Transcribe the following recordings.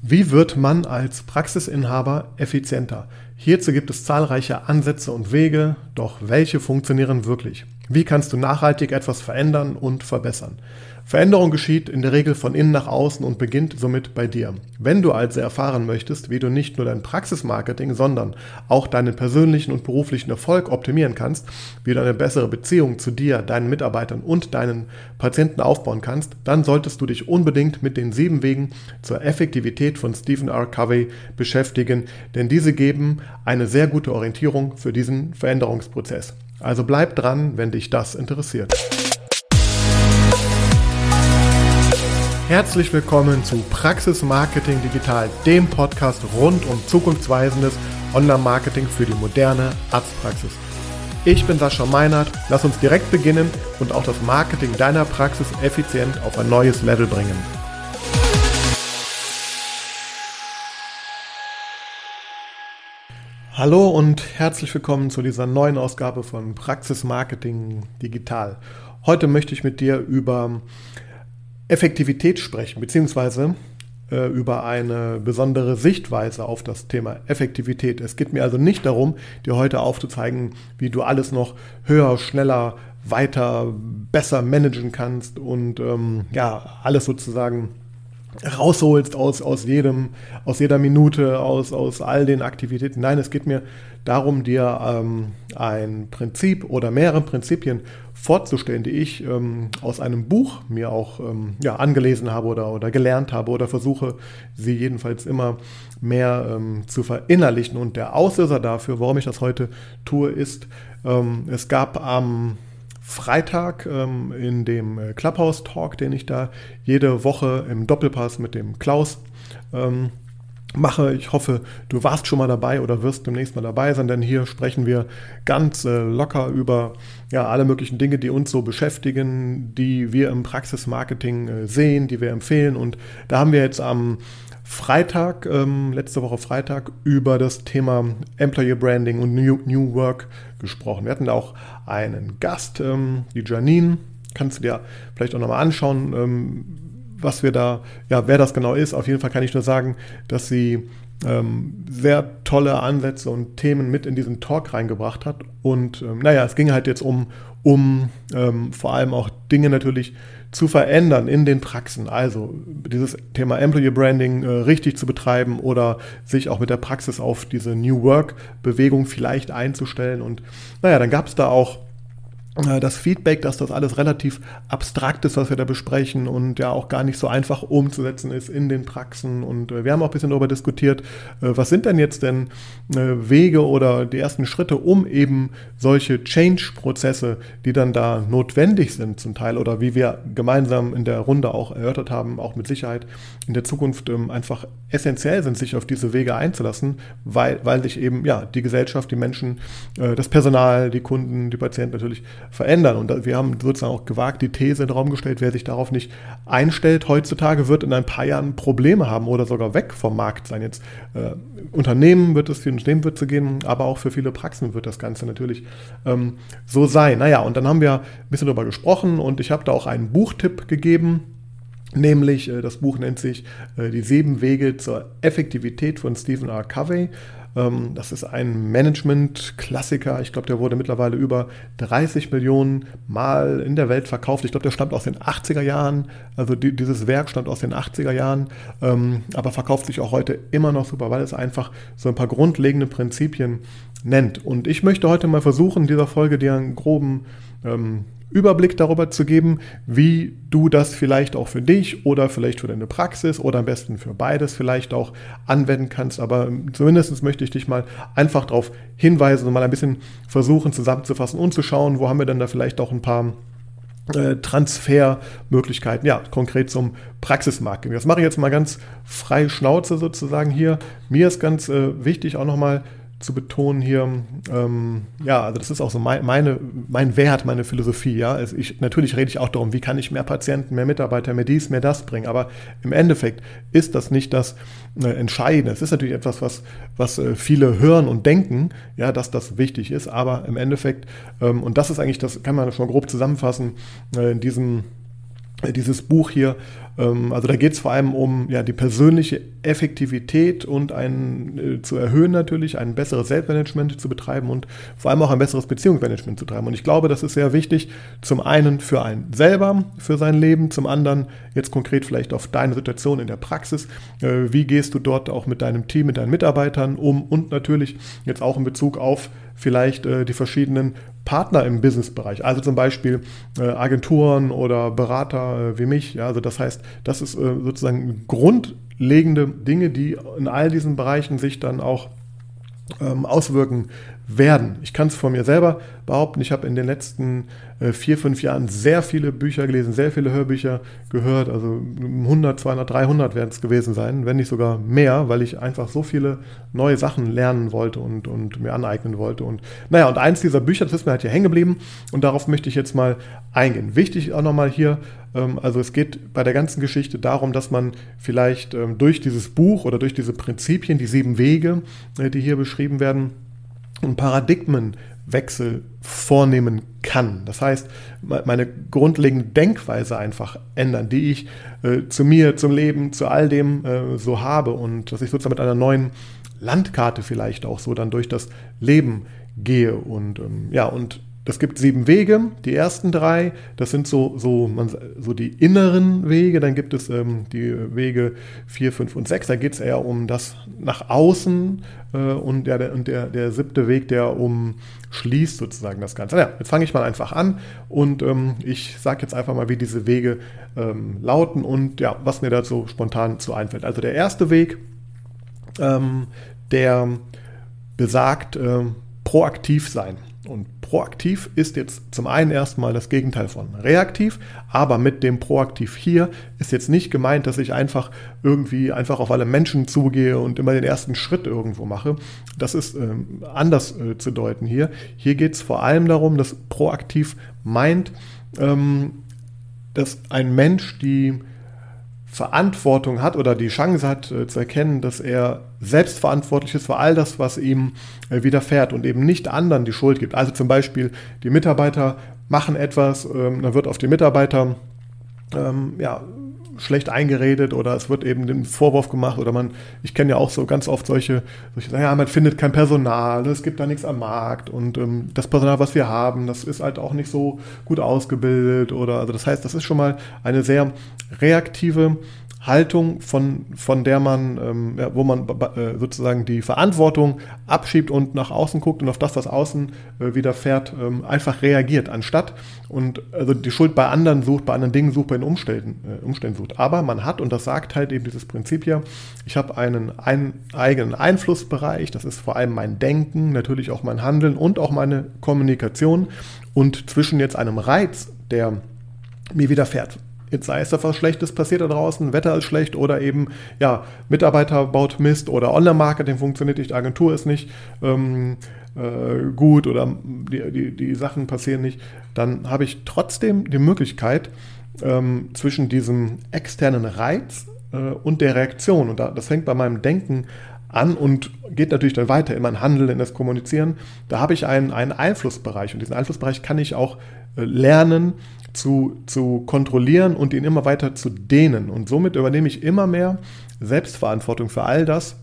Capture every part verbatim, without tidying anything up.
Wie wird man als Praxisinhaber effizienter? Hierzu gibt es zahlreiche Ansätze und Wege, doch welche funktionieren wirklich? Wie kannst du nachhaltig etwas verändern und verbessern? Veränderung geschieht in der Regel von innen nach außen und beginnt somit bei dir. Wenn du also erfahren möchtest, wie du nicht nur dein Praxismarketing, sondern auch deinen persönlichen und beruflichen Erfolg optimieren kannst, wie du eine bessere Beziehung zu dir, deinen Mitarbeitern und deinen Patienten aufbauen kannst, dann solltest du dich unbedingt mit den sieben Wegen zur Effektivität von Stephen R. Covey beschäftigen, denn diese geben eine sehr gute Orientierung für diesen Veränderungsprozess. Also bleib dran, wenn dich das interessiert. Herzlich willkommen zu Praxis Marketing Digital, dem Podcast rund um zukunftsweisendes Online-Marketing für die moderne Arztpraxis. Ich bin Sascha Meinert, lass uns direkt beginnen und auch das Marketing deiner Praxis effizient auf ein neues Level bringen. Hallo und herzlich willkommen zu dieser neuen Ausgabe von Praxis Marketing Digital. Heute möchte ich mit dir über Effektivität sprechen, beziehungsweise äh, über eine besondere Sichtweise auf das Thema Effektivität. Es geht mir also nicht darum, dir heute aufzuzeigen, wie du alles noch höher, schneller, weiter, besser managen kannst und ähm, ja, alles sozusagen rausholst aus, aus jedem, aus jeder Minute, aus, aus all den Aktivitäten. Nein, es geht mir darum, dir ähm, ein Prinzip oder mehrere Prinzipien vorzustellen, die ich ähm, aus einem Buch mir auch ähm, ja, angelesen habe oder, oder gelernt habe oder versuche, sie jedenfalls immer mehr ähm, zu verinnerlichen. Und der Auslöser dafür, warum ich das heute tue, ist, ähm, es gab am Freitag ähm, in dem Clubhouse-Talk, den ich da jede Woche im Doppelpass mit dem Klaus ähm, mache. Ich hoffe, du warst schon mal dabei oder wirst demnächst mal dabei sein, denn hier sprechen wir ganz äh, locker über ja, alle möglichen Dinge, die uns so beschäftigen, die wir im Praxismarketing äh, sehen, die wir empfehlen. Und da haben wir jetzt am Freitag, ähm, letzte Woche Freitag, über das Thema Employer Branding und New, New Work gesprochen. Wir hatten da auch einen Gast, ähm, die Janine. Kannst du dir vielleicht auch nochmal anschauen, ähm, was wir da, ja, wer das genau ist. Auf jeden Fall kann ich nur sagen, dass sie ähm, sehr tolle Ansätze und Themen mit in diesen Talk reingebracht hat. Und ähm, naja, es ging halt jetzt um, um ähm, vor allem auch Dinge natürlich zu verändern in den Praxen. Also dieses Thema Employer Branding äh, richtig zu betreiben oder sich auch mit der Praxis auf diese New Work-Bewegung vielleicht einzustellen. Und naja, dann gab es da auch das Feedback, dass das alles relativ abstrakt ist, was wir da besprechen und ja auch gar nicht so einfach umzusetzen ist in den Praxen. Und wir haben auch ein bisschen darüber diskutiert, was sind denn jetzt denn Wege oder die ersten Schritte, um eben solche Change-Prozesse, die dann da notwendig sind zum Teil oder wie wir gemeinsam in der Runde auch erörtert haben, auch mit Sicherheit in der Zukunft einfach essentiell sind, sich auf diese Wege einzulassen, weil, weil sich eben ja die Gesellschaft, die Menschen, das Personal, die Kunden, die Patienten natürlich verändern. Und wir haben sozusagen auch gewagt, die These in den Raum gestellt, wer sich darauf nicht einstellt, heutzutage wird in ein paar Jahren Probleme haben oder sogar weg vom Markt sein. Jetzt äh, Unternehmen wird es, für Unternehmen wird es gehen, aber auch für viele Praxen wird das Ganze natürlich ähm, so sein. Naja, und dann haben wir ein bisschen darüber gesprochen und ich habe da auch einen Buchtipp gegeben. Nämlich, äh, das Buch nennt sich äh, Die sieben Wege zur Effektivität von Stephen R. Covey. Ähm, das ist ein Management-Klassiker. Ich glaube, der wurde mittlerweile über dreißig Millionen Mal in der Welt verkauft. Ich glaube, der stammt aus den achtziger Jahren. Also die, dieses Werk stammt aus den achtziger Jahren, ähm, aber verkauft sich auch heute immer noch super, weil es einfach so ein paar grundlegende Prinzipien nennt. Und ich möchte heute mal versuchen, in dieser Folge dir einen groben ähm, Überblick darüber zu geben, wie du das vielleicht auch für dich oder vielleicht für deine Praxis oder am besten für beides vielleicht auch anwenden kannst. Aber zumindest möchte ich dich mal einfach darauf hinweisen und mal ein bisschen versuchen zusammenzufassen und zu schauen, wo haben wir denn da vielleicht auch ein paar äh, Transfermöglichkeiten, ja, konkret zum Praxismarketing. Das mache ich jetzt mal ganz frei Schnauze sozusagen hier. Mir ist ganz äh, wichtig auch nochmal zu betonen hier, ähm, ja, also das ist auch so mein, meine, mein Wert, meine Philosophie, ja. Also ich, natürlich rede ich auch darum, wie kann ich mehr Patienten, mehr Mitarbeiter, mehr dies, mehr das bringen, aber im Endeffekt ist das nicht das äh, Entscheidende. Es ist natürlich etwas, was, was äh, viele hören und denken, ja, dass das wichtig ist, aber im Endeffekt, ähm, und das ist eigentlich, das kann man schon grob zusammenfassen, äh, in diesem dieses Buch hier, ähm, also da geht es vor allem um ja, die persönliche Effektivität und ein, äh, zu erhöhen natürlich, ein besseres Selbstmanagement zu betreiben und vor allem auch ein besseres Beziehungsmanagement zu betreiben. Und ich glaube, das ist sehr wichtig, zum einen für einen selber, für sein Leben, zum anderen jetzt konkret vielleicht auf deine Situation in der Praxis. Äh, wie gehst du dort auch mit deinem Team, mit deinen Mitarbeitern um und natürlich jetzt auch in Bezug auf vielleicht äh, die verschiedenen Partner im Businessbereich, also zum Beispiel äh, Agenturen oder Berater äh, wie mich. Ja, also das heißt, das ist äh, sozusagen grundlegende Dinge, die in all diesen Bereichen sich dann auch ähm, auswirken werden. Ich kann es von mir selber behaupten, ich habe in den letzten äh, vier, fünf Jahren sehr viele Bücher gelesen, sehr viele Hörbücher gehört, also hundert, zweihundert, dreihundert werden es gewesen sein, wenn nicht sogar mehr, weil ich einfach so viele neue Sachen lernen wollte und, und mir aneignen wollte. Und naja, und eins dieser Bücher, das ist mir halt hier hängen geblieben und darauf möchte ich jetzt mal eingehen. Wichtig auch nochmal hier, ähm, also es geht bei der ganzen Geschichte darum, dass man vielleicht ähm, durch dieses Buch oder durch diese Prinzipien, die sieben Wege, äh, die hier beschrieben werden, einen Paradigmenwechsel vornehmen kann. Das heißt, meine grundlegende Denkweise einfach ändern, die ich äh, zu mir, zum Leben, zu all dem äh, so habe und dass ich sozusagen mit einer neuen Landkarte vielleicht auch so dann durch das Leben gehe. Und ähm, ja, und es gibt sieben Wege. Die ersten drei, das sind so, so, man, so die inneren Wege. Dann gibt es ähm, die Wege vier, fünf und sechs. Da geht es eher um das nach außen. Äh, und ja, der, und der, der siebte Weg, der umschließt sozusagen das Ganze. Ja, jetzt fange ich mal einfach an. Und ähm, ich sage jetzt einfach mal, wie diese Wege ähm, lauten und ja, was mir dazu spontan zu einfällt. Also der erste Weg, ähm, der besagt, ähm, proaktiv sein. Und proaktiv ist jetzt zum einen erstmal das Gegenteil von reaktiv, aber mit dem proaktiv hier ist jetzt nicht gemeint, dass ich einfach irgendwie einfach auf alle Menschen zugehe und immer den ersten Schritt irgendwo mache. Das ist ähm, anders äh, zu deuten hier. Hier geht es vor allem darum, dass proaktiv meint, ähm, dass ein Mensch die Verantwortung hat oder die Chance hat äh, zu erkennen, dass er selbstverantwortlich ist für all das, was ihm äh, widerfährt und eben nicht anderen die Schuld gibt. Also zum Beispiel die Mitarbeiter machen etwas, ähm, dann wird auf die Mitarbeiter ähm, ja, schlecht eingeredet oder es wird eben den Vorwurf gemacht oder man, ich kenne ja auch so ganz oft solche, solche ja, man findet kein Personal, es gibt da nichts am Markt und ähm, das Personal, was wir haben, das ist halt auch nicht so gut ausgebildet oder, also das heißt, das ist schon mal eine sehr reaktive Haltung, von, von der man, ähm, ja, wo man äh, sozusagen die Verantwortung abschiebt und nach außen guckt und auf das, was außen äh, widerfährt, ähm, einfach reagiert, anstatt und also die Schuld bei anderen sucht, bei anderen Dingen sucht, bei den Umständen, äh, Umständen sucht. Aber man hat, und das sagt halt eben dieses Prinzip hier, ich habe einen ein, eigenen Einflussbereich, das ist vor allem mein Denken, natürlich auch mein Handeln und auch meine Kommunikation und zwischen jetzt einem Reiz, der mir widerfährt, jetzt sei es etwas Schlechtes passiert da draußen, Wetter ist schlecht oder eben, ja, Mitarbeiter baut Mist oder Online-Marketing funktioniert nicht, Agentur ist nicht ähm, äh, gut oder die, die, die Sachen passieren nicht, dann habe ich trotzdem die Möglichkeit, ähm, zwischen diesem externen Reiz äh, und der Reaktion, und da, das fängt bei meinem Denken an und geht natürlich dann weiter in mein Handeln, in das Kommunizieren, da habe ich einen, einen Einflussbereich und diesen Einflussbereich kann ich auch äh, lernen, Zu, zu kontrollieren und ihn immer weiter zu dehnen. Und somit übernehme ich immer mehr Selbstverantwortung für all das,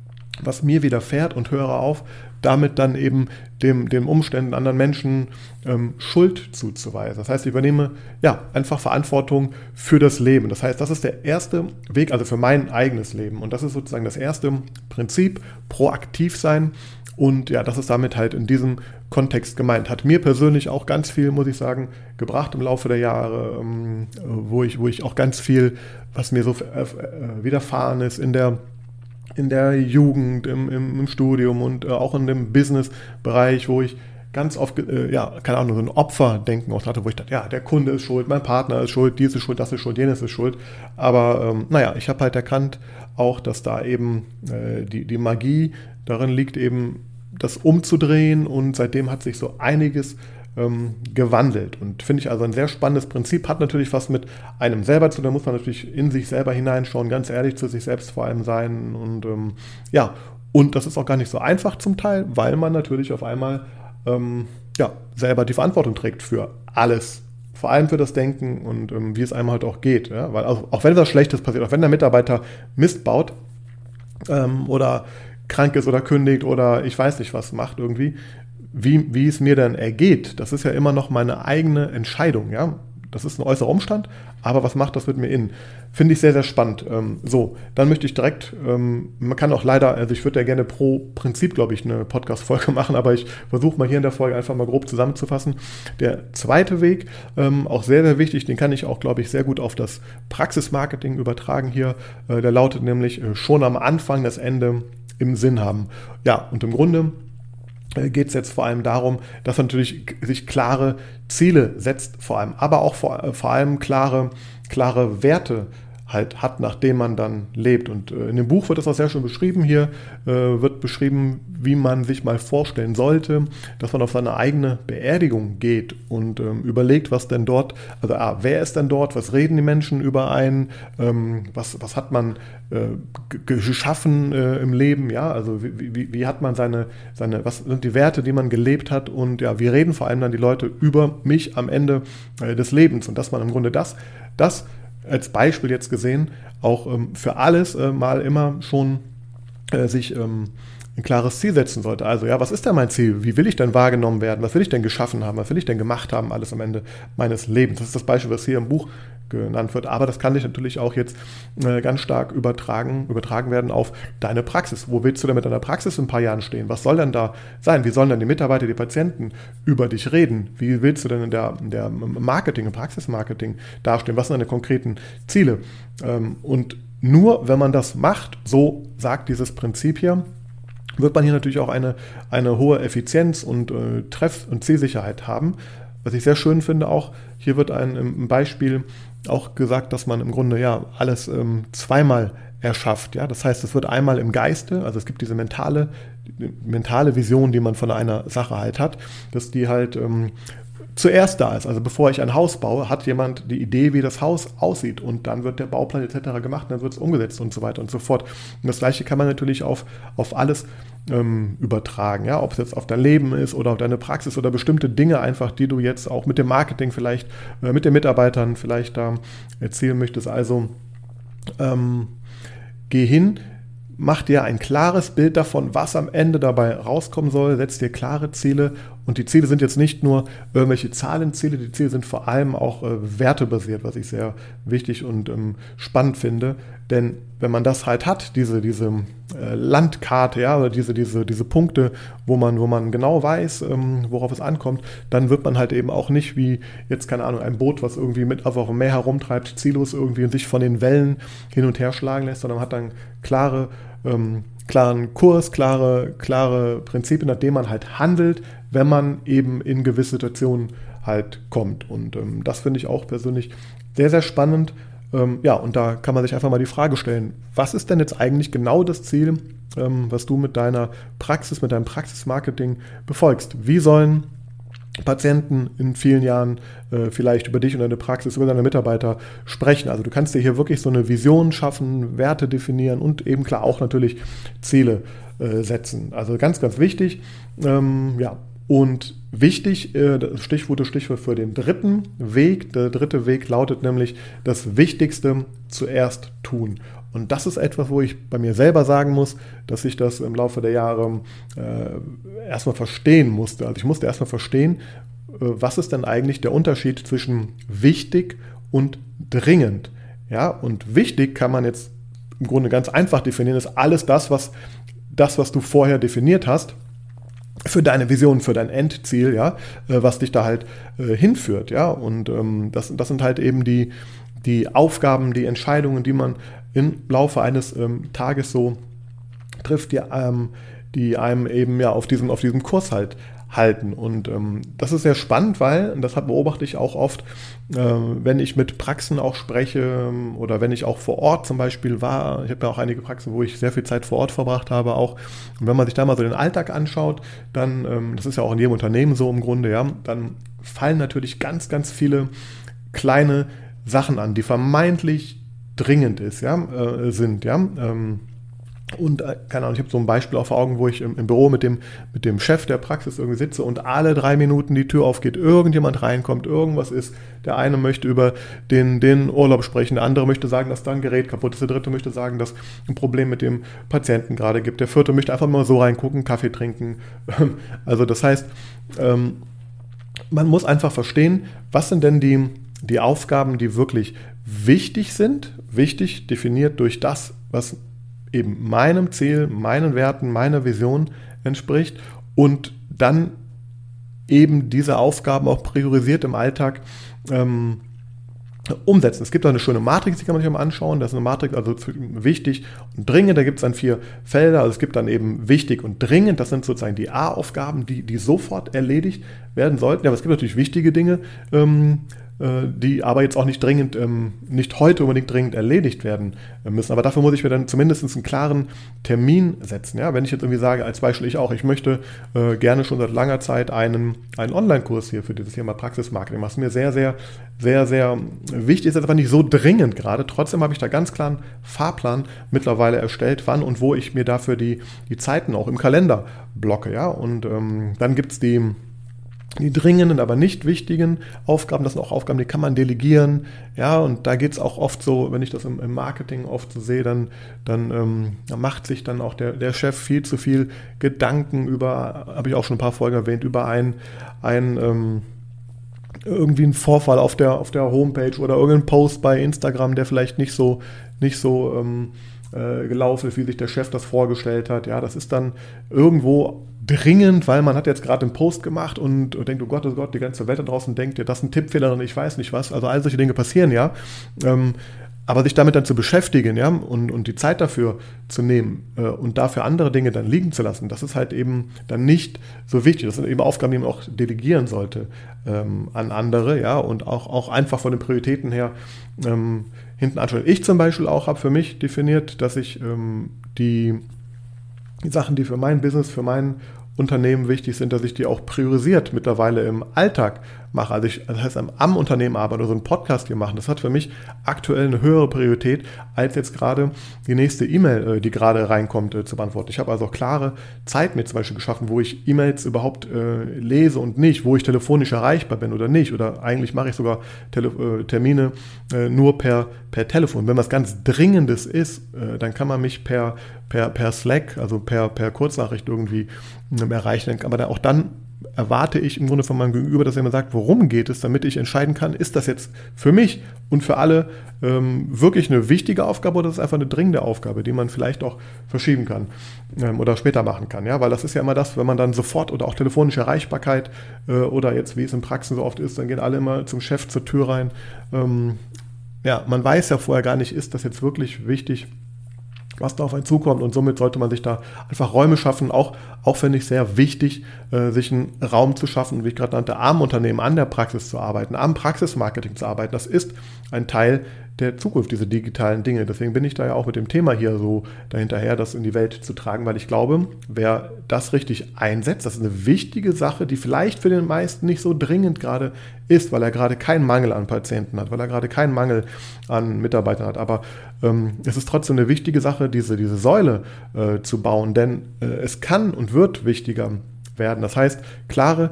was mir widerfährt und höre auf, damit dann eben dem, dem Umständen anderen Menschen ähm, Schuld zuzuweisen. Das heißt, ich übernehme ja einfach Verantwortung für das Leben. Das heißt, das ist der erste Weg, also für mein eigenes Leben. Und das ist sozusagen das erste Prinzip, proaktiv sein. Und ja, das ist damit halt in diesem Kontext gemeint. Hat mir persönlich auch ganz viel, muss ich sagen, gebracht im Laufe der Jahre, ähm, wo ich, wo ich auch ganz viel, was mir so äh, äh, widerfahren ist in der in der Jugend, im, im, im Studium und äh, auch in dem Business-Bereich, wo ich ganz oft, äh, ja, keine Ahnung, so ein Opferdenken auch hatte, wo ich dachte, ja, der Kunde ist schuld, mein Partner ist schuld, dies ist schuld, das ist schuld, jenes ist schuld. Aber ähm, naja, ich habe halt erkannt auch, dass da eben äh, die, die Magie darin liegt, eben das umzudrehen und seitdem hat sich so einiges ähm, gewandelt und finde ich also ein sehr spannendes Prinzip, hat natürlich was mit einem selber zu tun, da muss man natürlich in sich selber hineinschauen, ganz ehrlich zu sich selbst vor allem sein und ähm, ja, und das ist auch gar nicht so einfach zum Teil, weil man natürlich auf einmal ähm, ja, selber die Verantwortung trägt für alles, vor allem für das Denken und ähm, wie es einem halt auch geht. Ja? Weil also, auch wenn was Schlechtes passiert, auch wenn der Mitarbeiter Mist baut ähm, oder krank ist oder kündigt oder ich weiß nicht was macht irgendwie, wie, wie es mir dann ergeht, das ist ja immer noch meine eigene Entscheidung. Ja? Das ist ein äußerer Umstand, aber was macht das mit mir innen? Finde ich sehr, sehr spannend. Ähm, so, dann möchte ich direkt, ähm, man kann auch leider, also ich würde ja gerne pro Prinzip, glaube ich, eine Podcast-Folge machen, aber ich versuche mal hier in der Folge einfach mal grob zusammenzufassen. Der zweite Weg, ähm, auch sehr, sehr wichtig, den kann ich auch, glaube ich, sehr gut auf das Praxismarketing übertragen hier. Äh, der lautet nämlich äh, schon am Anfang das Ende im Sinn haben. Ja, und im Grunde geht es jetzt vor allem darum, dass man natürlich sich klare Ziele setzt, vor allem, aber auch vor, vor allem klare, klare Werte halt hat, nach denen man dann lebt. Und äh, in dem Buch wird das auch sehr schön beschrieben. Hier äh, wird beschrieben, wie man sich mal vorstellen sollte, dass man auf seine eigene Beerdigung geht und ähm, überlegt, was denn dort, also ah, wer ist denn dort, was reden die Menschen über einen, ähm, was, was hat man äh, geschaffen äh, im Leben, ja, also wie, wie, wie hat man seine, seine, was sind die Werte, die man gelebt hat und ja, wie reden vor allem dann die Leute über mich am Ende äh, des Lebens und dass man im Grunde das, das als Beispiel jetzt gesehen, auch ähm, für alles äh, mal immer schon äh, sich ähm, ein klares Ziel setzen sollte. Also ja, was ist denn mein Ziel? Wie will ich denn wahrgenommen werden? Was will ich denn geschaffen haben? Was will ich denn gemacht haben? Alles am Ende meines Lebens. Das ist das Beispiel, was hier im Buch genannt wird. Aber das kann dich natürlich auch jetzt äh, ganz stark übertragen, übertragen werden auf deine Praxis. Wo willst du denn mit deiner Praxis in ein paar Jahren stehen? Was soll denn da sein? Wie sollen denn die Mitarbeiter, die Patienten über dich reden? Wie willst du denn in der, in der Marketing, im Praxismarketing dastehen? Was sind deine konkreten Ziele? Ähm, und nur wenn man das macht, so sagt dieses Prinzip hier, wird man hier natürlich auch eine, eine hohe Effizienz und äh, Treff- und Zielsicherheit haben. Was ich sehr schön finde auch, hier wird ein, ein Beispiel auch gesagt, dass man im Grunde ja alles ähm, zweimal erschafft. Ja? Das heißt, es wird einmal im Geiste, also es gibt diese mentale, die mentale Vision, die man von einer Sache halt hat, dass die halt ähm, zuerst da ist. Also bevor ich ein Haus baue, hat jemand die Idee, wie das Haus aussieht und dann wird der Bauplan et cetera gemacht, dann wird es umgesetzt und so weiter und so fort. Und das Gleiche kann man natürlich auf, auf alles ähm, übertragen, ja? Ob es jetzt auf dein Leben ist oder auf deine Praxis oder bestimmte Dinge einfach, die du jetzt auch mit dem Marketing vielleicht, äh, mit den Mitarbeitern vielleicht da erzielen möchtest. Also ähm, geh hin, mach dir ein klares Bild davon, was am Ende dabei rauskommen soll, setz dir klare Ziele und die Ziele sind jetzt nicht nur irgendwelche Zahlenziele, die Ziele sind vor allem auch äh, wertebasiert, was ich sehr wichtig und ähm, spannend finde, denn wenn man das halt hat, diese, diese äh, Landkarte, ja, oder diese, diese, diese Punkte, wo man, wo man genau weiß, ähm, worauf es ankommt, dann wird man halt eben auch nicht wie jetzt, keine Ahnung, ein Boot, was irgendwie mit auf dem Meer herumtreibt, ziellos irgendwie und sich von den Wellen hin und her schlagen lässt, sondern man hat dann klare Ähm, klaren Kurs, klare, klare Prinzipien, nach denen man halt handelt, wenn man eben in gewisse Situationen halt kommt. Und ähm, das finde ich auch persönlich sehr, sehr spannend. Ähm, ja, und da kann man sich einfach mal die Frage stellen, was ist denn jetzt eigentlich genau das Ziel, ähm, was du mit deiner Praxis, mit deinem Praxismarketing befolgst? Wie sollen Patienten in vielen Jahren äh, vielleicht über dich und deine Praxis, über deine Mitarbeiter sprechen. Also du kannst dir hier wirklich so eine Vision schaffen, Werte definieren und eben klar auch natürlich Ziele äh, setzen. Also ganz, ganz wichtig. Ähm, ja, und wichtig, äh, das Stichwort, das Stichwort für den dritten Weg. Der dritte Weg lautet nämlich, das Wichtigste zuerst tun. Und das ist etwas, wo ich bei mir selber sagen muss, dass ich das im Laufe der Jahre äh, erstmal verstehen musste. Also ich musste erstmal verstehen, äh, was ist denn eigentlich der Unterschied zwischen wichtig und dringend. Ja, und wichtig kann man jetzt im Grunde ganz einfach definieren, ist alles das, was, das, was du vorher definiert hast, für deine Vision, für dein Endziel, ja, äh, was dich da halt äh, hinführt. Ja, und ähm, das, das sind halt eben die, die Aufgaben, die Entscheidungen, die man im Laufe eines ähm, Tages so trifft, die, ähm, die einem eben ja auf diesem, auf diesem Kurs halt halten. Und ähm, das ist sehr spannend, weil, und das beobachte ich auch oft, äh, wenn ich mit Praxen auch spreche ähm, oder wenn ich auch vor Ort zum Beispiel war. Ich habe ja auch einige Praxen, wo ich sehr viel Zeit vor Ort verbracht habe auch. Und wenn man sich da mal so den Alltag anschaut, dann, ähm, das ist ja auch in jedem Unternehmen so im Grunde, ja, dann fallen natürlich ganz, ganz viele kleine Sachen an, die vermeintlich dringend ist, ja, äh, sind, ja. Ähm, Und äh, keine Ahnung, ich habe so ein Beispiel auch vor Augen, wo ich im, im Büro mit dem, mit dem Chef der Praxis irgendwie sitze und alle drei Minuten die Tür aufgeht, irgendjemand reinkommt, irgendwas ist. Der eine möchte über den, den Urlaub sprechen, der andere möchte sagen, dass da ein Gerät kaputt ist, der dritte möchte sagen, dass ein Problem mit dem Patienten gerade gibt, der vierte möchte einfach mal so reingucken, Kaffee trinken. Also das heißt, ähm, man muss einfach verstehen, was sind denn die, die Aufgaben, die wirklich wichtig sind, wichtig definiert durch das, was eben meinem Ziel, meinen Werten, meiner Vision entspricht und dann eben diese Aufgaben auch priorisiert im Alltag ähm, umsetzen. Es gibt da eine schöne Matrix, die kann man sich mal anschauen. Das ist eine Matrix, also wichtig und dringend. Da gibt es dann vier Felder. Also es gibt dann eben wichtig und dringend. Das sind sozusagen die A-Aufgaben, die, die sofort erledigt werden sollten. Ja, aber es gibt natürlich wichtige Dinge, ähm, die aber jetzt auch nicht dringend, ähm, nicht heute unbedingt dringend erledigt werden müssen. Aber dafür muss ich mir dann zumindest einen klaren Termin setzen. Ja? Wenn ich jetzt irgendwie sage, als Beispiel ich auch, ich möchte äh, gerne schon seit langer Zeit einen, einen Online-Kurs hier für dieses Thema Praxismarketing, was mir sehr, sehr, sehr, sehr wichtig ist, ist aber nicht so dringend gerade. Trotzdem habe ich da ganz klaren Fahrplan mittlerweile erstellt, wann und wo ich mir dafür die, die Zeiten auch im Kalender blocke. Ja? Und ähm, dann gibt es die Die dringenden, aber nicht wichtigen Aufgaben, das sind auch Aufgaben, die kann man delegieren. Ja, und da geht es auch oft so, wenn ich das im, im Marketing oft so sehe, dann, dann ähm, macht sich dann auch der, der Chef viel zu viel Gedanken über, habe ich auch schon ein paar Folgen erwähnt, über ein, ein ähm, irgendwie einen Vorfall auf der, auf der Homepage oder irgendeinen Post bei Instagram, der vielleicht nicht so, nicht so ähm, äh, gelaufen ist, wie sich der Chef das vorgestellt hat. Ja, das ist dann irgendwo dringend, weil man hat jetzt gerade einen Post gemacht und, und denkt, oh Gott, oh Gott, die ganze Welt da draußen denkt, ja, das ist ein Tippfehler und ich weiß nicht was. Also all solche Dinge passieren, ja. Ähm, aber sich damit dann zu beschäftigen, ja, und, und die Zeit dafür zu nehmen äh, und dafür andere Dinge dann liegen zu lassen, das ist halt eben dann nicht so wichtig. Das sind eben Aufgaben, die man auch delegieren sollte ähm, an andere, ja, und auch, auch einfach von den Prioritäten her ähm, hinten anschauen. Ich zum Beispiel auch habe für mich definiert, dass ich ähm, die, die Sachen, die für mein Business, für mein Unternehmen wichtig sind, dass ich die auch priorisiert mittlerweile im Alltag mache. Also ich, das heißt, am, am Unternehmen arbeiten oder so einen Podcast hier machen, das hat für mich aktuell eine höhere Priorität, als jetzt gerade die nächste E-Mail, die gerade reinkommt, zu beantworten. Ich habe also auch klare Zeit mir zum Beispiel geschaffen, wo ich E-Mails überhaupt äh, lese und nicht, wo ich telefonisch erreichbar bin oder nicht. Oder eigentlich mache ich sogar Tele- äh, Termine äh, nur per, per Telefon. Wenn was ganz Dringendes ist, äh, dann kann man mich per, per, per Slack, also per, per Kurznachricht irgendwie äh, erreichen. Aber da, auch dann erwarte ich im Grunde von meinem Gegenüber, dass er mir sagt, worum geht es, damit ich entscheiden kann, ist das jetzt für mich und für alle ähm, wirklich eine wichtige Aufgabe oder ist es einfach eine dringende Aufgabe, die man vielleicht auch verschieben kann ähm, oder später machen kann. Ja? Weil das ist ja immer das, wenn man dann sofort oder auch telefonische Erreichbarkeit äh, oder jetzt, wie es in Praxen so oft ist, dann gehen alle immer zum Chef zur Tür rein. Ähm, ja, man weiß ja vorher gar nicht, ist das jetzt wirklich wichtig, was da auf einen zukommt und somit sollte man sich da einfach Räume schaffen, auch, auch finde ich sehr wichtig, äh, sich einen Raum zu schaffen, wie ich gerade nannte, am Unternehmen, an der Praxis zu arbeiten, am Praxismarketing zu arbeiten. Das ist ein Teil der Zukunft, diese digitalen Dinge. Deswegen bin ich da ja auch mit dem Thema hier so dahinterher, das in die Welt zu tragen, weil ich glaube, wer das richtig einsetzt, das ist eine wichtige Sache, die vielleicht für den meisten nicht so dringend gerade ist, weil er gerade keinen Mangel an Patienten hat, weil er gerade keinen Mangel an Mitarbeitern hat. Aber ähm, es ist trotzdem eine wichtige Sache, diese, diese Säule äh, zu bauen, denn äh, es kann und wird wichtiger werden. Das heißt, klare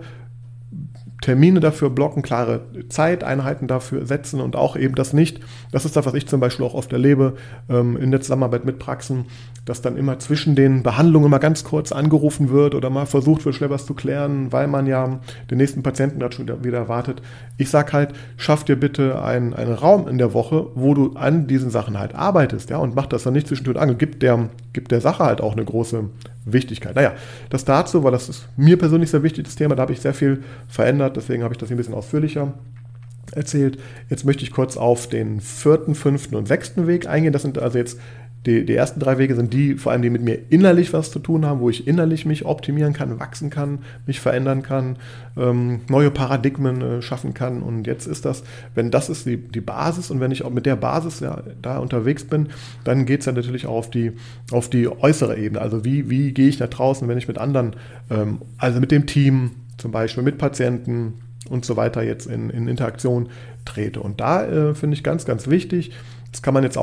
Termine dafür blocken, klare Zeiteinheiten dafür setzen und auch eben das nicht, das ist das, was ich zum Beispiel auch oft erlebe ähm, in der Zusammenarbeit mit Praxen, dass dann immer zwischen den Behandlungen mal ganz kurz angerufen wird oder mal versucht wird, schnell was zu klären, weil man ja den nächsten Patienten gerade schon wieder erwartet. Ich sage halt, schaff dir bitte einen, einen Raum in der Woche, wo du an diesen Sachen halt arbeitest, ja, und mach das dann nicht zwischen Tür und Angel, gibt der, gibt der Sache halt auch eine große Wichtigkeit. Naja, das dazu, weil das ist mir persönlich sehr wichtig, das Thema, da habe ich sehr viel verändert, deswegen habe ich das hier ein bisschen ausführlicher erzählt. Jetzt möchte ich kurz auf den vierten, fünften und sechsten Weg eingehen. Das sind also jetzt die, die ersten drei Wege, sind die, vor allem die mit mir innerlich was zu tun haben, wo ich innerlich mich optimieren kann, wachsen kann, mich verändern kann, ähm, neue Paradigmen äh, schaffen kann. Und jetzt ist das, wenn das ist die, die Basis und wenn ich auch mit der Basis ja, da unterwegs bin, dann geht es ja natürlich auch auf die, auf die äußere Ebene. Also wie, wie gehe ich nach draußen, wenn ich mit anderen, ähm, also mit dem Team zum Beispiel, mit Patienten und so weiter jetzt in, in Interaktion trete. Und da äh, finde ich ganz, ganz wichtig, das kann man jetzt auch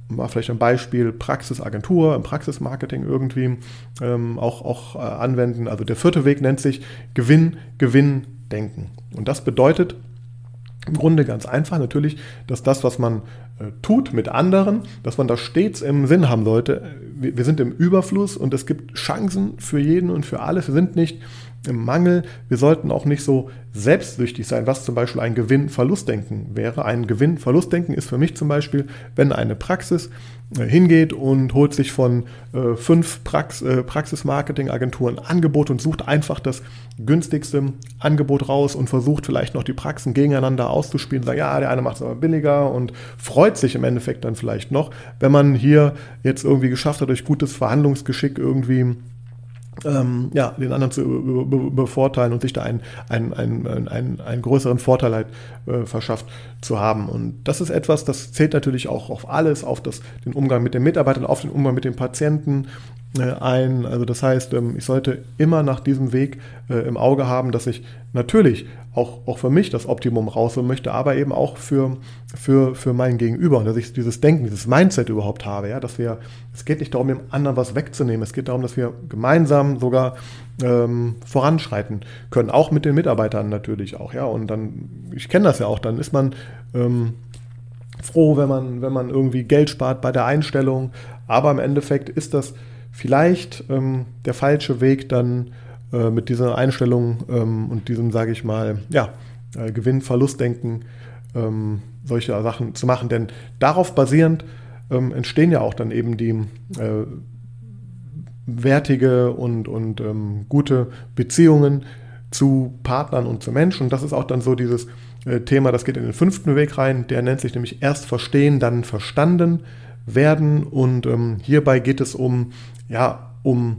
mal vielleicht ein Beispiel Praxisagentur, im Praxismarketing irgendwie ähm, auch, auch äh, anwenden. Also der vierte Weg nennt sich Gewinn, Gewinn, Denken. Und das bedeutet im Grunde ganz einfach natürlich, dass das, was man äh, tut mit anderen, dass man das stets im Sinn haben sollte. Wir, wir sind im Überfluss und es gibt Chancen für jeden und für alles. Wir sind nicht im Mangel. Wir sollten auch nicht so selbstsüchtig sein, was zum Beispiel ein Gewinn-Verlust-Denken wäre. Ein Gewinn-Verlust-Denken ist für mich zum Beispiel, wenn eine Praxis äh, hingeht und holt sich von äh, fünf Prax äh, Praxis-Marketing-Agenturen Angebot und sucht einfach das günstigste Angebot raus und versucht vielleicht noch die Praxen gegeneinander auszuspielen. Sagt, ja, der eine macht es aber billiger und freut sich im Endeffekt dann vielleicht noch, wenn man hier jetzt irgendwie geschafft hat, durch gutes Verhandlungsgeschick irgendwie Ähm, ja, den anderen zu bevorteilen und sich da einen, einen, einen, einen, einen größeren Vorteil halt, äh, verschafft zu haben. Und das ist etwas, das zählt natürlich auch auf alles, auf das, den Umgang mit den Mitarbeitern, auf den Umgang mit den Patienten äh, ein. Also das heißt, ähm, ich sollte immer nach diesem Weg äh, im Auge haben, dass ich natürlich auch, auch für mich das Optimum rausholen möchte, aber eben auch für, für, für mein Gegenüber und dass ich dieses Denken, dieses Mindset überhaupt habe, ja, dass wir, es geht nicht darum, dem anderen was wegzunehmen, es geht darum, dass wir gemeinsam sogar ähm, voranschreiten können, auch mit den Mitarbeitern natürlich auch, ja, und dann, ich kenne das ja auch, dann ist man ähm, froh, wenn man, wenn man irgendwie Geld spart bei der Einstellung, aber im Endeffekt ist das vielleicht ähm, der falsche Weg, dann mit dieser Einstellung ähm, und diesem, sage ich mal, ja, äh, Gewinn-Verlust-Denken ähm, solche Sachen zu machen. Denn darauf basierend ähm, entstehen ja auch dann eben die äh, wertige und, und ähm, gute Beziehungen zu Partnern und zu Menschen. Und das ist auch dann so dieses äh, Thema, das geht in den fünften Weg rein, der nennt sich nämlich erst verstehen, dann verstanden werden. Und ähm, hierbei geht es um, ja, um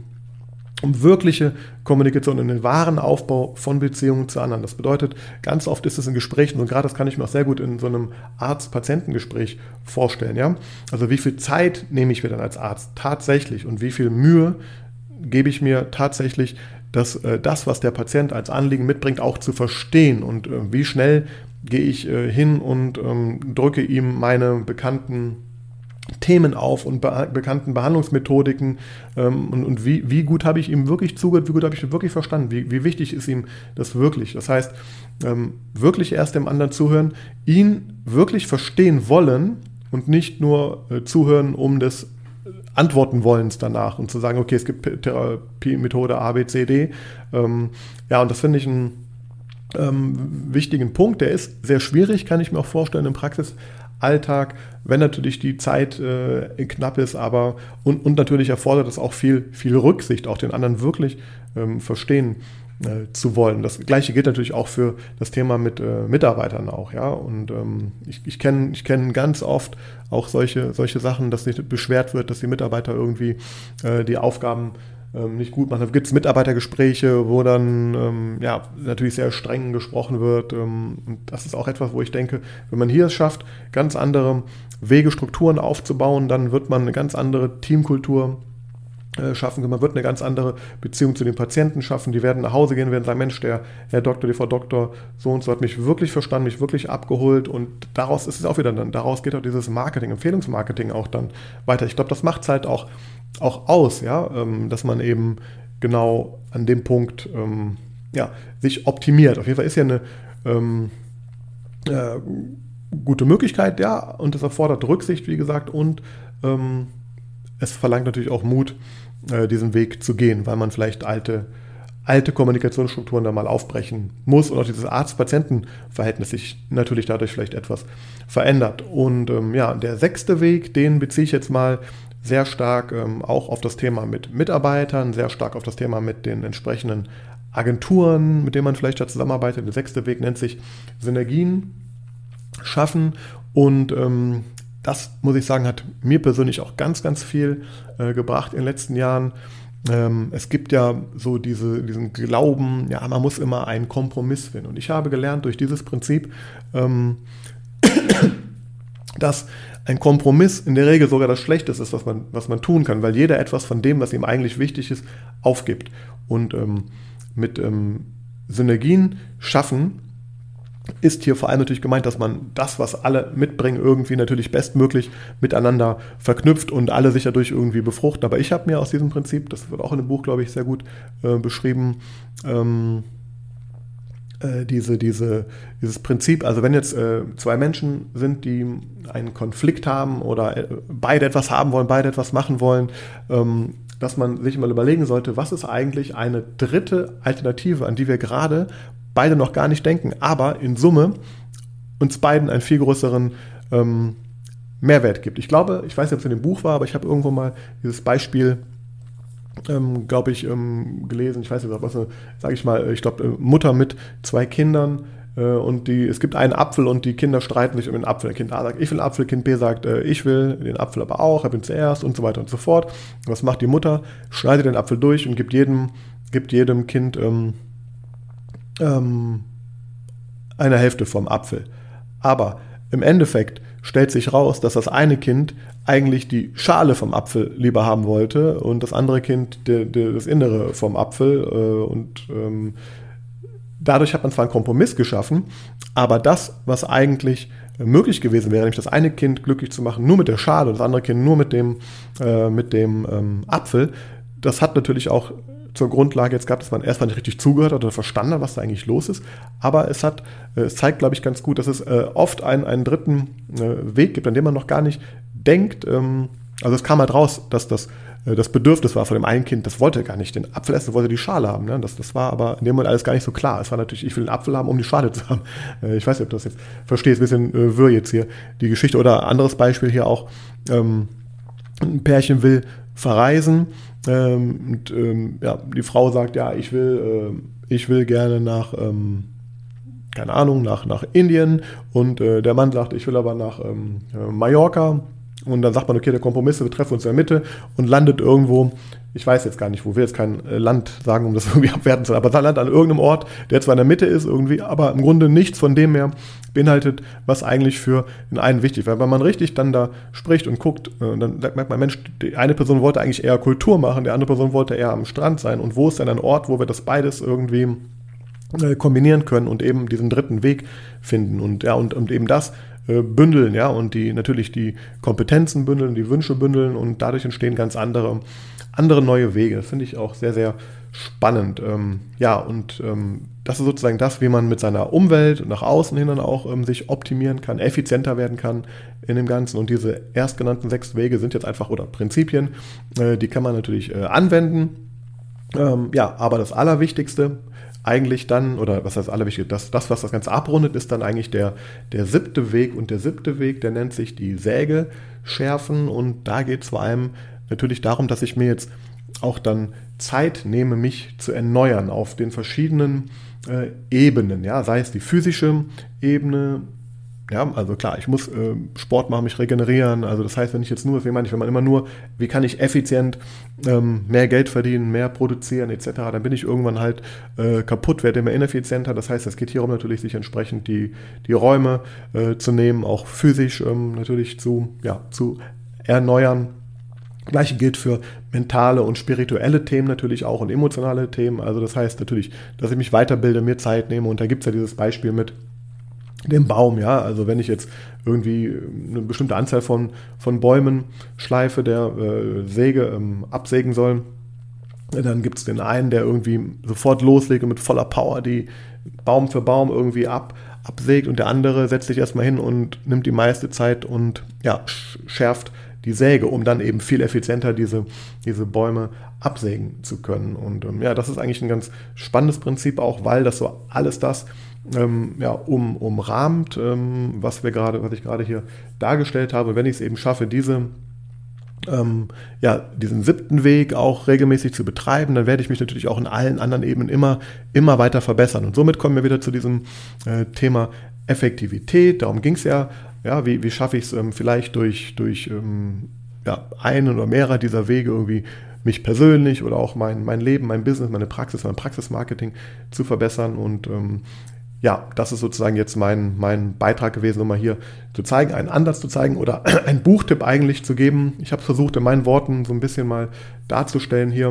um wirkliche Kommunikation und den wahren Aufbau von Beziehungen zu anderen. Das bedeutet, ganz oft ist es in Gesprächen, und gerade das kann ich mir auch sehr gut in so einem Arzt-Patienten-Gespräch vorstellen. Ja? Also wie viel Zeit nehme ich mir dann als Arzt tatsächlich und wie viel Mühe gebe ich mir tatsächlich, dass äh, das, was der Patient als Anliegen mitbringt, auch zu verstehen und äh, wie schnell gehe ich äh, hin und ähm, drücke ihm meine bekannten Themen auf und be- bekannten Behandlungsmethodiken ähm, und, und wie, wie gut habe ich ihm wirklich zugehört, wie gut habe ich ihn wirklich verstanden, wie, wie wichtig ist ihm das wirklich. Das heißt, ähm, wirklich erst dem anderen zuhören, ihn wirklich verstehen wollen und nicht nur äh, zuhören, um des Antworten wollens danach und zu sagen, okay, es gibt Therapiemethode A, B, C, D. Ähm, ja, und das finde ich einen ähm, wichtigen Punkt. Der ist sehr schwierig, kann ich mir auch vorstellen, im Praxisalltag, wenn natürlich die Zeit äh, knapp ist, aber und, und natürlich erfordert es auch viel, viel Rücksicht, auch den anderen wirklich ähm, verstehen äh, zu wollen. Das Gleiche gilt natürlich auch für das Thema mit äh, Mitarbeitern auch, ja. Und ähm, ich, ich kenne ich kenn ganz oft auch solche, solche Sachen, dass sich beschwert wird, dass die Mitarbeiter irgendwie äh, die Aufgaben ähm, nicht gut machen. Da gibt es Mitarbeitergespräche, wo dann ähm, ja, natürlich sehr streng gesprochen wird. Ähm, und das ist auch etwas, wo ich denke, wenn man hier es schafft, ganz andere Wege, Strukturen aufzubauen, dann wird man eine ganz andere Teamkultur äh, schaffen, man wird eine ganz andere Beziehung zu den Patienten schaffen, die werden nach Hause gehen, werden sagen, Mensch, der Herr Doktor, die Frau Doktor, so und so hat mich wirklich verstanden, mich wirklich abgeholt und daraus ist es auch wieder dann, daraus geht auch dieses Marketing, Empfehlungsmarketing auch dann weiter. Ich glaube, das macht es halt auch auch aus, ja, ähm, dass man eben genau an dem Punkt ähm, ja, sich optimiert. Auf jeden Fall ist ja eine ähm, äh, gute Möglichkeit, ja, und es erfordert Rücksicht, wie gesagt, und ähm, es verlangt natürlich auch Mut, äh, diesen Weg zu gehen, weil man vielleicht alte, alte Kommunikationsstrukturen da mal aufbrechen muss und auch dieses Arzt-Patienten-Verhältnis sich natürlich dadurch vielleicht etwas verändert. Und ähm, ja, der sechste Weg, den beziehe ich jetzt mal sehr stark ähm, auch auf das Thema mit Mitarbeitern, sehr stark auf das Thema mit den entsprechenden Agenturen, mit denen man vielleicht da zusammenarbeitet. Der sechste Weg nennt sich Synergien schaffen und ähm, das, muss ich sagen, hat mir persönlich auch ganz, ganz viel äh, gebracht in den letzten Jahren. Ähm, es gibt ja so diese, diesen Glauben, ja, man muss immer einen Kompromiss finden. Und ich habe gelernt durch dieses Prinzip, ähm, dass ein Kompromiss in der Regel sogar das Schlechteste ist, was man, was man tun kann, weil jeder etwas von dem, was ihm eigentlich wichtig ist, aufgibt. Und ähm, mit ähm, Synergien schaffen ist hier vor allem natürlich gemeint, dass man das, was alle mitbringen, irgendwie natürlich bestmöglich miteinander verknüpft und alle sich dadurch irgendwie befruchten. Aber ich habe mir aus diesem Prinzip, das wird auch in dem Buch, glaube ich, sehr gut äh, beschrieben, ähm, äh, diese, diese, dieses Prinzip, also wenn jetzt äh, zwei Menschen sind, die einen Konflikt haben oder äh, beide etwas haben wollen, beide etwas machen wollen, ähm, dass man sich mal überlegen sollte, was ist eigentlich eine dritte Alternative, an die wir gerade beide noch gar nicht denken, aber in Summe uns beiden einen viel größeren ähm, Mehrwert gibt. Ich glaube, ich weiß nicht, ob es in dem Buch war, aber ich habe irgendwo mal dieses Beispiel, ähm, glaube ich, ähm, gelesen. Ich weiß nicht, was, sage ich mal, ich glaube, Mutter mit zwei Kindern äh, und die, es gibt einen Apfel und die Kinder streiten sich um den Apfel. Kind A sagt, ich will Apfel, Kind B sagt, äh, ich will den Apfel aber auch, ich bin zuerst und so weiter und so fort. Was macht die Mutter? Schneidet den Apfel durch und gibt jedem, gibt jedem Kind ähm, ähm, eine Hälfte vom Apfel. Aber im Endeffekt stellt sich raus, dass das eine Kind eigentlich die Schale vom Apfel lieber haben wollte und das andere Kind de, de, das Innere vom Apfel. Äh, und ähm, dadurch hat man zwar einen Kompromiss geschaffen, aber das, was eigentlich möglich gewesen wäre, nämlich das eine Kind glücklich zu machen, nur mit der Schale und das andere Kind nur mit dem, äh, mit dem ähm, Apfel, das hat natürlich auch zur Grundlage jetzt gehabt, dass man erstmal nicht richtig zugehört hat oder verstanden hat, was da eigentlich los ist. Aber es hat, es zeigt, glaube ich, ganz gut, dass es äh, oft einen, einen dritten äh, Weg gibt, an dem man noch gar nicht denkt. Ähm, also es kam halt raus, dass das, äh, das Bedürfnis war von dem einen Kind, das wollte gar nicht den Apfel essen, wollte die Schale haben. Ne? Das, das war aber in dem Moment alles gar nicht so klar. Es war natürlich, ich will den Apfel haben, um die Schale zu haben. Äh, ich weiß nicht, ob du das jetzt verstehst, ein bisschen äh, wirr jetzt hier die Geschichte. Oder anderes Beispiel hier auch, ähm, ein Pärchen will verreisen. Ähm, und ähm, ja, die Frau sagt, ja, ich will, äh, ich will gerne nach, ähm, keine Ahnung, nach, nach Indien und äh, der Mann sagt, ich will aber nach ähm, Mallorca und dann sagt man, okay, der Kompromiss, wir treffen uns in der Mitte und landet irgendwo, ich weiß jetzt gar nicht, wo, will jetzt kein äh, Land sagen, um das irgendwie abwerten zu, aber landet an irgendeinem Ort, der zwar in der Mitte ist irgendwie, aber im Grunde nichts von dem mehr beinhaltet, was eigentlich für den einen wichtig wäre. Wenn man richtig dann da spricht und guckt, äh, dann merkt man, Mensch, die eine Person wollte eigentlich eher Kultur machen, die andere Person wollte eher am Strand sein und wo ist denn ein Ort, wo wir das beides irgendwie äh, kombinieren können und eben diesen dritten Weg finden und ja, und, und eben das äh, bündeln, ja, und die natürlich die Kompetenzen bündeln, die Wünsche bündeln und dadurch entstehen ganz andere andere neue Wege. Das finde ich auch sehr, sehr spannend. Ähm, ja, und ähm, das ist sozusagen das, wie man mit seiner Umwelt nach außen hin dann auch ähm, sich optimieren kann, effizienter werden kann in dem Ganzen. Und diese erstgenannten sechs Wege sind jetzt einfach, oder Prinzipien, äh, die kann man natürlich äh, anwenden. Ähm, ja, aber das Allerwichtigste eigentlich dann, oder was heißt Allerwichtigste, das, das, was das Ganze abrundet, ist dann eigentlich der, der siebte Weg. Und der siebte Weg, der nennt sich die Säge schärfen. Und da geht es vor allem natürlich darum, dass ich mir jetzt auch dann Zeit nehme, mich zu erneuern auf den verschiedenen äh, Ebenen, ja, sei es die physische Ebene, ja, also klar, ich muss äh, Sport machen, mich regenerieren, also das heißt, wenn ich jetzt nur, deswegen meine ich, wenn man immer nur, wie kann ich effizient ähm, mehr Geld verdienen, mehr produzieren et cetera, dann bin ich irgendwann halt äh, kaputt, werde immer ineffizienter, das heißt, es geht hierum natürlich, sich entsprechend die, die Räume äh, zu nehmen, auch physisch ähm, natürlich zu, ja, zu erneuern. Gleiche gilt für mentale und spirituelle Themen natürlich auch und emotionale Themen. Also das heißt natürlich, dass ich mich weiterbilde, mir Zeit nehme. Und da gibt es ja dieses Beispiel mit dem Baum. Ja, also wenn ich jetzt irgendwie eine bestimmte Anzahl von, von Bäumen schleife, der äh, Säge ähm, absägen soll, dann gibt es den einen, der irgendwie sofort loslegt und mit voller Power die Baum für Baum irgendwie ab, absägt. Und der andere setzt sich erstmal hin und nimmt die meiste Zeit und ja, schärft die Säge, um dann eben viel effizienter diese, diese Bäume absägen zu können. Und ähm, ja, das ist eigentlich ein ganz spannendes Prinzip auch, weil das so alles das ähm, ja, um, umrahmt, ähm, was wir gerade, was ich gerade hier dargestellt habe. Wenn ich es eben schaffe, diese ähm, ja, diesen siebten Weg auch regelmäßig zu betreiben, dann werde ich mich natürlich auch in allen anderen Ebenen immer, immer weiter verbessern. Und somit kommen wir wieder zu diesem äh, Thema Effektivität. Darum ging es ja. Ja, wie, wie schaffe ich es ähm, vielleicht durch, durch ähm, ja, einen oder mehrere dieser Wege irgendwie mich persönlich oder auch mein, mein Leben, mein Business, meine Praxis, mein Praxismarketing zu verbessern. Und ähm, ja, das ist sozusagen jetzt mein, mein Beitrag gewesen, um mal hier zu zeigen, einen Ansatz zu zeigen oder einen Buchtipp eigentlich zu geben. Ich habe es versucht, in meinen Worten so ein bisschen mal darzustellen hier,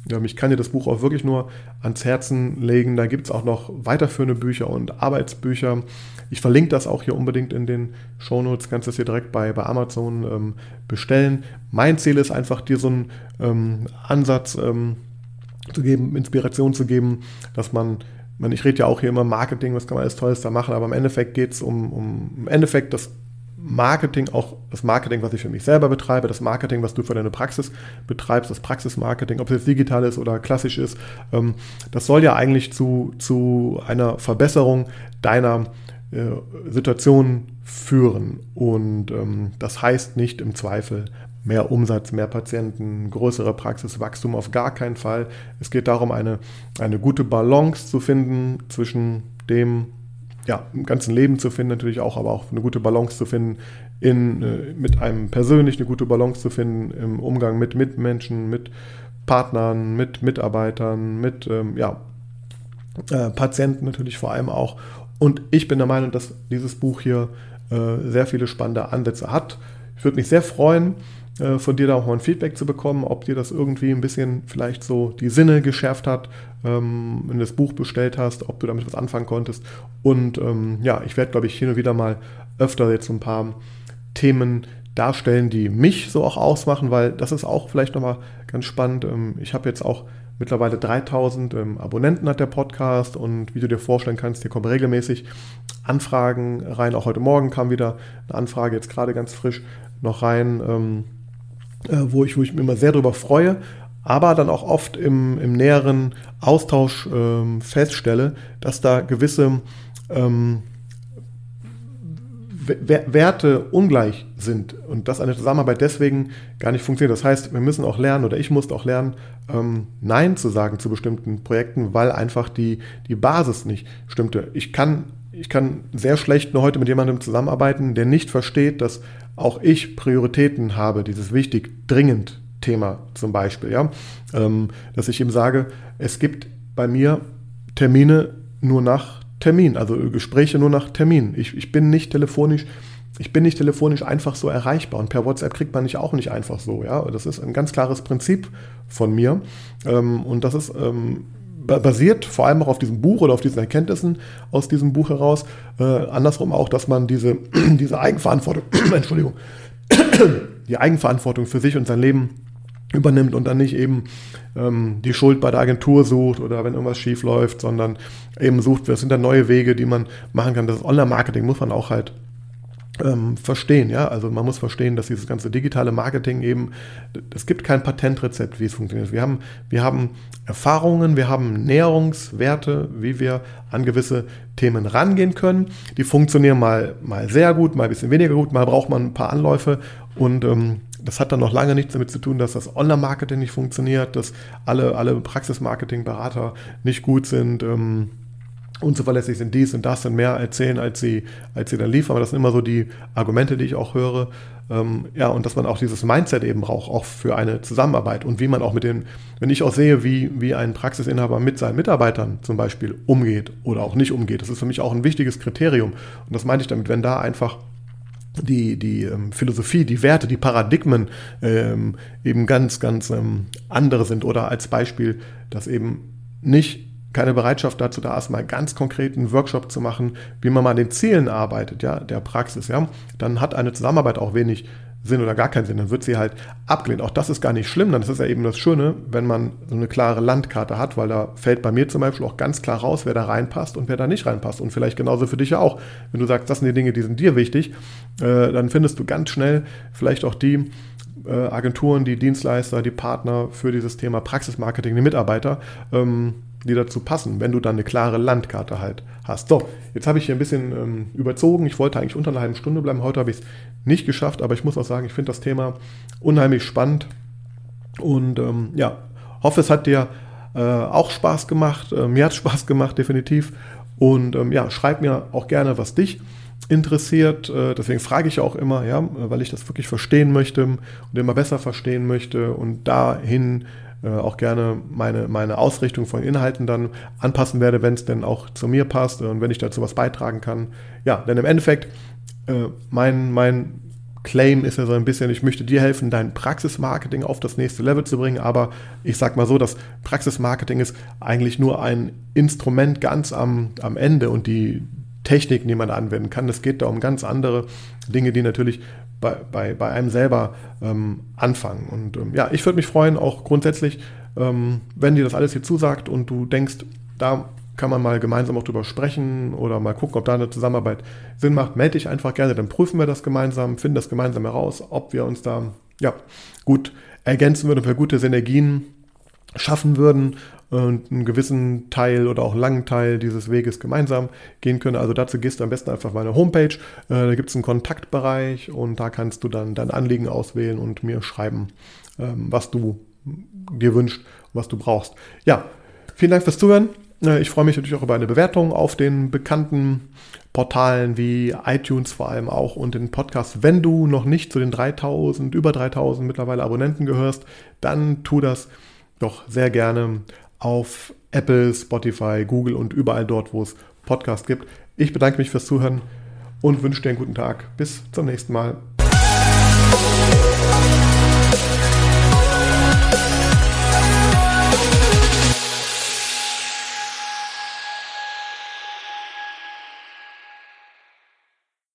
Ähm, ich kann dir das Buch auch wirklich nur ans Herzen legen. Da gibt es auch noch weiterführende Bücher und Arbeitsbücher. Ich verlinke das auch hier unbedingt in den Shownotes. Kannst du das hier direkt bei, bei Amazon ähm, bestellen. Mein Ziel ist einfach, dir so einen ähm, Ansatz ähm, zu geben, Inspiration zu geben, dass man, man ich rede ja auch hier immer Marketing, was kann man alles Tolles da machen, aber im Endeffekt geht es um, um im Endeffekt das Marketing, auch das Marketing, was ich für mich selber betreibe, das Marketing, was du für deine Praxis betreibst, das Praxismarketing, ob es jetzt digital ist oder klassisch ist, ähm, das soll ja eigentlich zu, zu einer Verbesserung deiner äh, Situation führen. Und ähm, das heißt nicht im Zweifel mehr Umsatz, mehr Patienten, größere Praxiswachstum, auf gar keinen Fall. Es geht darum, eine, eine gute Balance zu finden zwischen dem, ja, im ganzen Leben zu finden natürlich auch, aber auch eine gute Balance zu finden, in, äh, mit einem persönlich eine gute Balance zu finden im Umgang mit Mitmenschen, mit Partnern, mit Mitarbeitern, mit ähm, ja, äh, Patienten natürlich vor allem auch. Und ich bin der Meinung, dass dieses Buch hier äh, sehr viele spannende Ansätze hat. Ich würde mich sehr freuen, äh, von dir da auch mal ein Feedback zu bekommen, ob dir das irgendwie ein bisschen vielleicht so die Sinne geschärft hat, ähm, wenn du das Buch bestellt hast, ob du damit was anfangen konntest. Und ähm, ja, ich werde, glaube ich, hin und wieder mal öfter jetzt so ein paar Themen darstellen, die mich so auch ausmachen, weil das ist auch vielleicht nochmal ganz spannend. Ähm, ich habe jetzt auch mittlerweile dreitausend ähm, Abonnenten hat der Podcast und wie du dir vorstellen kannst, hier kommen regelmäßig Anfragen rein. Auch heute Morgen kam wieder eine Anfrage, jetzt gerade ganz frisch noch rein, ähm, äh, wo, ich, wo ich mich immer sehr darüber freue, aber dann auch oft im, im näheren Austausch ähm, feststelle, dass da gewisse ähm, Werte ungleich sind und dass eine Zusammenarbeit deswegen gar nicht funktioniert. Das heißt, wir müssen auch lernen oder ich musste auch lernen, ähm, Nein zu sagen zu bestimmten Projekten, weil einfach die, die Basis nicht stimmte. Ich kann, ich kann sehr schlecht nur heute mit jemandem zusammenarbeiten, der nicht versteht, dass auch ich Prioritäten habe, dieses wichtig, dringend Thema zum Beispiel. Ja? Ähm, dass ich ihm sage, es gibt bei mir Termine nur nach Termin, also Gespräche nur nach Termin. Ich, ich bin nicht telefonisch, ich bin nicht telefonisch einfach so erreichbar und per WhatsApp kriegt man mich auch nicht einfach so. Ja, das ist ein ganz klares Prinzip von mir ähm, und das ist ähm, basiert vor allem auch auf diesem Buch oder auf diesen Erkenntnissen aus diesem Buch heraus. Äh, andersrum auch, dass man diese, diese Eigenverantwortung, Entschuldigung, die Eigenverantwortung für sich und sein Leben übernimmt und dann nicht eben ähm, die Schuld bei der Agentur sucht oder wenn irgendwas schief läuft, sondern eben sucht, was sind da neue Wege, die man machen kann. Das Online-Marketing muss man auch halt ähm, verstehen, ja, also man muss verstehen, dass dieses ganze digitale Marketing eben, es gibt kein Patentrezept, wie es funktioniert. Wir haben, wir haben Erfahrungen, wir haben Näherungswerte, wie wir an gewisse Themen rangehen können. Die funktionieren mal, mal sehr gut, mal ein bisschen weniger gut, mal braucht man ein paar Anläufe und ähm, das hat dann noch lange nichts damit zu tun, dass das Online-Marketing nicht funktioniert, dass alle, alle Praxis-Marketing-Berater nicht gut sind, ähm, unzuverlässig sind, dies und das und mehr erzählen, als sie, als sie dann liefern. Aber das sind immer so die Argumente, die ich auch höre. Ähm, ja, und dass man auch dieses Mindset eben braucht, auch für eine Zusammenarbeit. Und wie man auch mit den, wenn ich auch sehe, wie, wie ein Praxisinhaber mit seinen Mitarbeitern zum Beispiel umgeht oder auch nicht umgeht, das ist für mich auch ein wichtiges Kriterium. Und das meine ich damit, wenn da einfach die, die ähm, Philosophie, die Werte, die Paradigmen ähm, eben ganz, ganz ähm, andere sind. Oder als Beispiel, dass eben nicht keine Bereitschaft dazu da ist, mal ganz konkreten Workshop zu machen, wie man mal an den Zielen arbeitet, ja, der Praxis, ja, dann hat eine Zusammenarbeit auch wenig Sinn oder gar keinen Sinn, dann wird sie halt abgelehnt. Auch das ist gar nicht schlimm, dann ist es ja eben das Schöne, wenn man so eine klare Landkarte hat, weil da fällt bei mir zum Beispiel auch ganz klar raus, wer da reinpasst und wer da nicht reinpasst und vielleicht genauso für dich ja auch. Wenn du sagst, das sind die Dinge, die sind dir wichtig, äh, dann findest du ganz schnell vielleicht auch die äh, Agenturen, die Dienstleister, die Partner für dieses Thema Praxismarketing, die Mitarbeiter, ähm, die dazu passen, wenn du dann eine klare Landkarte halt hast. So, jetzt habe ich hier ein bisschen ähm, überzogen. Ich wollte eigentlich unter einer halben Stunde bleiben. Heute habe ich es nicht geschafft, aber ich muss auch sagen, ich finde das Thema unheimlich spannend und ähm, ja, hoffe, es hat dir äh, auch Spaß gemacht. Äh, mir hat es Spaß gemacht, definitiv. Und ähm, ja, schreib mir auch gerne, was dich interessiert. Äh, deswegen frage ich auch immer, ja, weil ich das wirklich verstehen möchte und immer besser verstehen möchte und dahin auch gerne meine, meine Ausrichtung von Inhalten dann anpassen werde, wenn es denn auch zu mir passt und wenn ich dazu was beitragen kann. Ja, denn im Endeffekt, äh, mein, mein Claim ist ja so ein bisschen, ich möchte dir helfen, dein Praxismarketing auf das nächste Level zu bringen, aber ich sag mal so, das Praxismarketing ist eigentlich nur ein Instrument ganz am, am Ende und die Techniken, die man anwenden kann. Es geht da um ganz andere Dinge, die natürlich bei, bei, bei einem selber ähm, anfangen. Und ähm, ja, ich würde mich freuen, auch grundsätzlich, ähm, wenn dir das alles hier zusagt und du denkst, da kann man mal gemeinsam auch drüber sprechen oder mal gucken, ob da eine Zusammenarbeit Sinn macht, melde dich einfach gerne, dann prüfen wir das gemeinsam, finden das gemeinsam heraus, ob wir uns da ja, gut ergänzen würden, ob wir gute Synergien schaffen würden und einen gewissen Teil oder auch einen langen Teil dieses Weges gemeinsam gehen können. Also dazu gehst du am besten einfach auf meine Homepage, äh, da gibt es einen Kontaktbereich und da kannst du dann dein Anliegen auswählen und mir schreiben, ähm, was du dir wünschst, was du brauchst. Ja, vielen Dank fürs Zuhören. Ich freue mich natürlich auch über eine Bewertung auf den bekannten Portalen wie iTunes vor allem auch und den Podcast. Wenn du noch nicht zu den dreitausend, über dreitausend mittlerweile Abonnenten gehörst, dann tu das doch sehr gerne auf Apple, Spotify, Google und überall dort, wo es Podcasts gibt. Ich bedanke mich fürs Zuhören und wünsche dir einen guten Tag. Bis zum nächsten Mal.